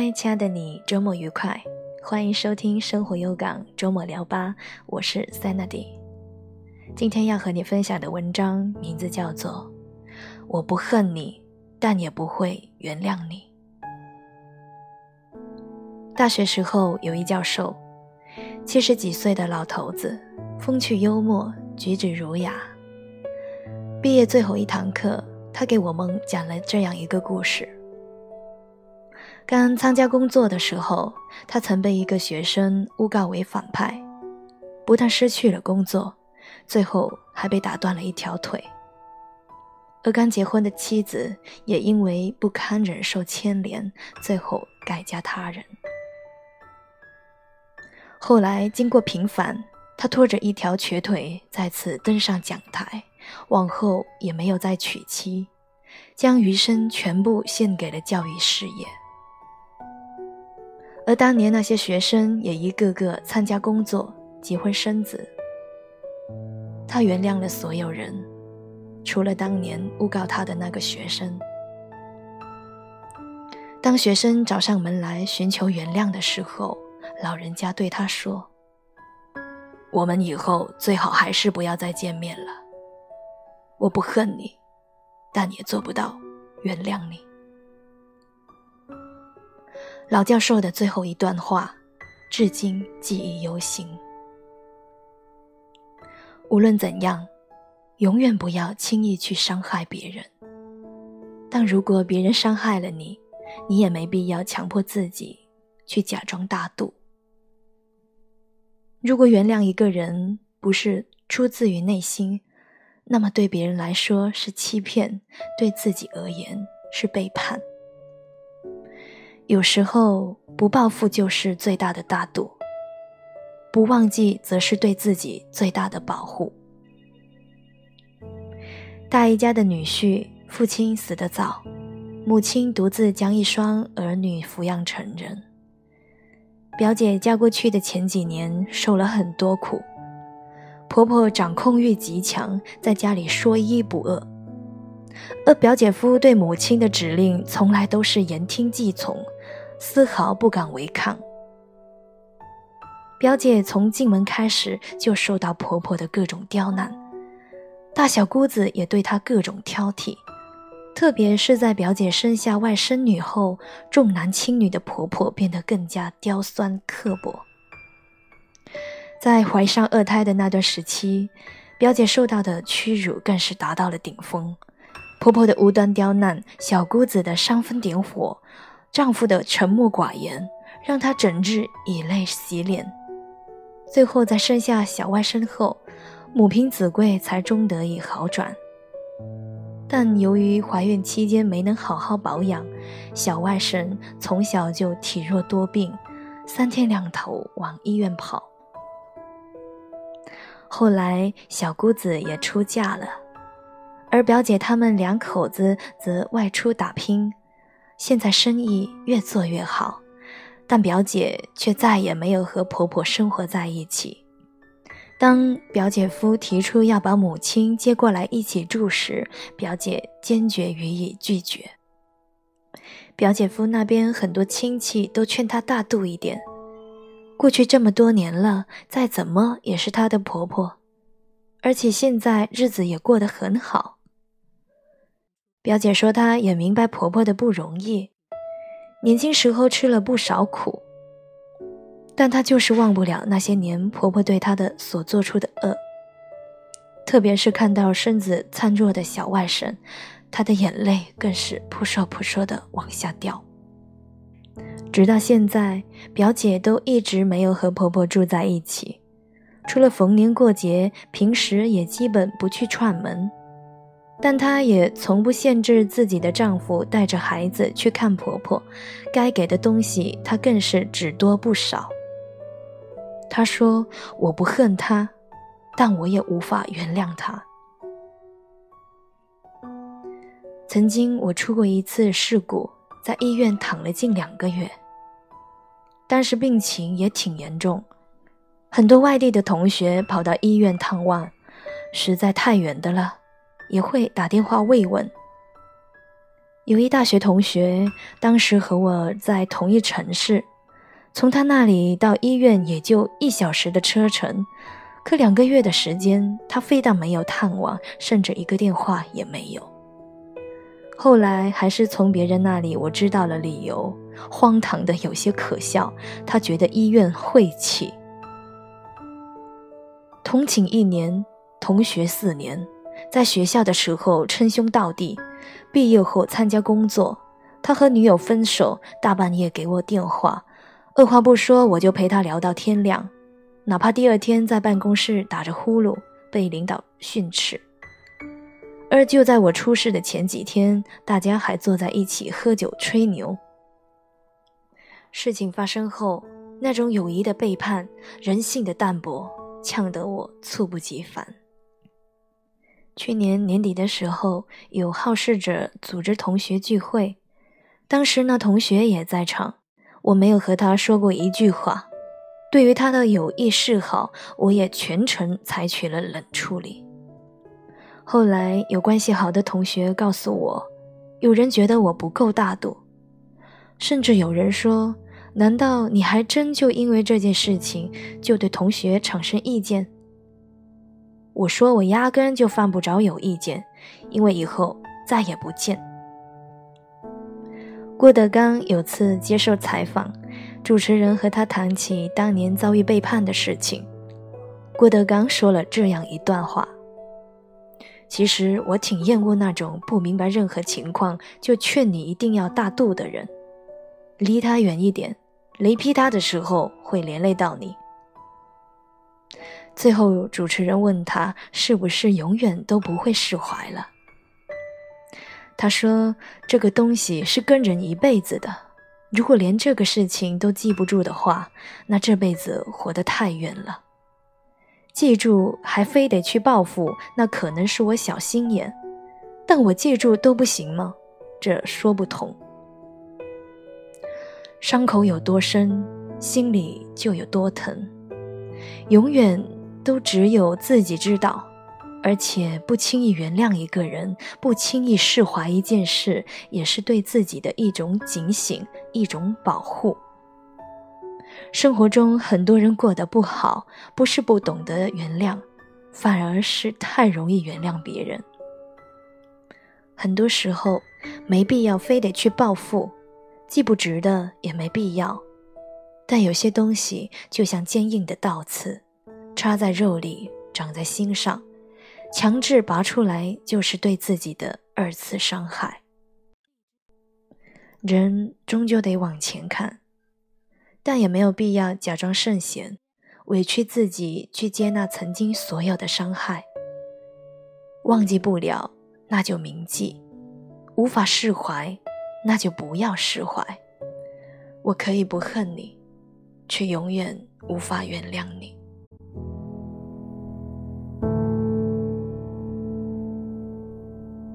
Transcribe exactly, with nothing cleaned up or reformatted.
嗨，亲爱的你，周末愉快！欢迎收听生活有港周末聊吧，我是 Sandy。 今天要和你分享的文章名字叫做我不恨你，但也不会原谅你。大学时候有一教授，七十几岁的老头子，风趣幽默，举止儒雅。毕业最后一堂课，他给我们讲了这样一个故事。刚参加工作的时候，他曾被一个学生诬告为反派，不但失去了工作，最后还被打断了一条腿。而刚结婚的妻子也因为不堪忍受牵连，最后改嫁他人。后来经过平反，他拖着一条瘸腿再次登上讲台，往后也没有再娶妻，将余生全部献给了教育事业。而当年那些学生也一个个参加工作，结婚生子。他原谅了所有人，除了当年诬告他的那个学生。当学生找上门来寻求原谅的时候，老人家对他说，我们以后最好还是不要再见面了。我不恨你，但也做不到原谅你。老教授的最后一段话，至今记忆犹新。无论怎样，永远不要轻易去伤害别人。但如果别人伤害了你，你也没必要强迫自己去假装大度。如果原谅一个人不是出自于内心，那么对别人来说是欺骗，对自己而言是背叛。有时候不报复就是最大的大度，不忘记则是对自己最大的保护。大姨家的女婿，父亲死得早，母亲独自将一双儿女抚养成人。表姐嫁过去的前几年受了很多苦，婆婆掌控欲极强，在家里说一不二，而表姐夫对母亲的指令从来都是言听计从，丝毫不敢违抗。表姐从进门开始就受到婆婆的各种刁难，大小姑子也对她各种挑剔，特别是在表姐生下外甥女后，重男轻女的婆婆变得更加刁钻刻薄。在怀上二胎的那段时期，表姐受到的屈辱更是达到了顶峰，婆婆的无端刁难，小姑子的煽风点火，丈夫的沉默寡言，让她整日以泪洗脸。最后在生下小外甥后，母凭子贵才终得以好转。但由于怀孕期间没能好好保养，小外甥从小就体弱多病，三天两头往医院跑。后来小姑子也出嫁了，而表姐他们两口子则外出打拼，现在生意越做越好，但表姐却再也没有和婆婆生活在一起。当表姐夫提出要把母亲接过来一起住时，表姐坚决予以拒绝。表姐夫那边很多亲戚都劝她大度一点，过去这么多年了，再怎么也是她的婆婆，而且现在日子也过得很好。表姐说她也明白婆婆的不容易，年轻时候吃了不少苦，但她就是忘不了那些年婆婆对她的所做出的恶。特别是看到身子孱弱的小外甥，她的眼泪更是扑簌扑簌地往下掉。直到现在，表姐都一直没有和婆婆住在一起，除了逢年过节，平时也基本不去串门。但她也从不限制自己的丈夫带着孩子去看婆婆，该给的东西她更是只多不少。她说，我不恨她，但我也无法原谅她。曾经我出过一次事故，在医院躺了近两个月，当时病情也挺严重，很多外地的同学跑到医院探望，实在太远的了，也会打电话慰问。 有一大学同学，当时和我在同一城市，从他那里到医院也就一小时的车程，可两个月的时间，他非但没有探望，甚至一个电话也没有。后来还是从别人那里我知道了理由，荒唐的有些可笑，他觉得医院晦气。同寝一年，同学四年，在学校的时候称兄道弟，毕业后参加工作，他和女友分手，大半夜给我电话，二话不说我就陪他聊到天亮，哪怕第二天在办公室打着呼噜被领导训斥。而就在我出事的前几天，大家还坐在一起喝酒吹牛。事情发生后，那种友谊的背叛，人性的淡薄，呛得我猝不及防。去年年底的时候，有好事者组织同学聚会，当时那同学也在场，我没有和他说过一句话，对于他的有意示好，我也全程采取了冷处理。后来有关系好的同学告诉我，有人觉得我不够大度，甚至有人说，难道你还真就因为这件事情就对同学产生意见？我说我压根就犯不着有意见，因为以后再也不见。郭德纲有次接受采访，主持人和他谈起当年遭遇背叛的事情，郭德纲说了这样一段话：其实我挺厌恶那种不明白任何情况就劝你一定要大度的人，离他远一点，雷劈他的时候会连累到你。最后主持人问他是不是永远都不会释怀了，他说这个东西是跟人一辈子的，如果连这个事情都记不住的话，那这辈子活得太远了。记住还非得去报复，那可能是我小心眼，但我记住都不行吗？这说不通。伤口有多深，心里就有多疼，永远都只有自己知道，而且不轻易原谅一个人，不轻易释怀一件事，也是对自己的一种警醒，一种保护。生活中很多人过得不好，不是不懂得原谅，反而是太容易原谅别人。很多时候没必要非得去报复，既不值得也没必要，但有些东西就像坚硬的倒刺，插在肉里，长在心上，强制拔出来就是对自己的二次伤害。人终究得往前看，但也没有必要假装圣贤，委屈自己去接纳曾经所有的伤害。忘记不了，那就铭记；无法释怀，那就不要释怀。我可以不恨你，却永远无法原谅你。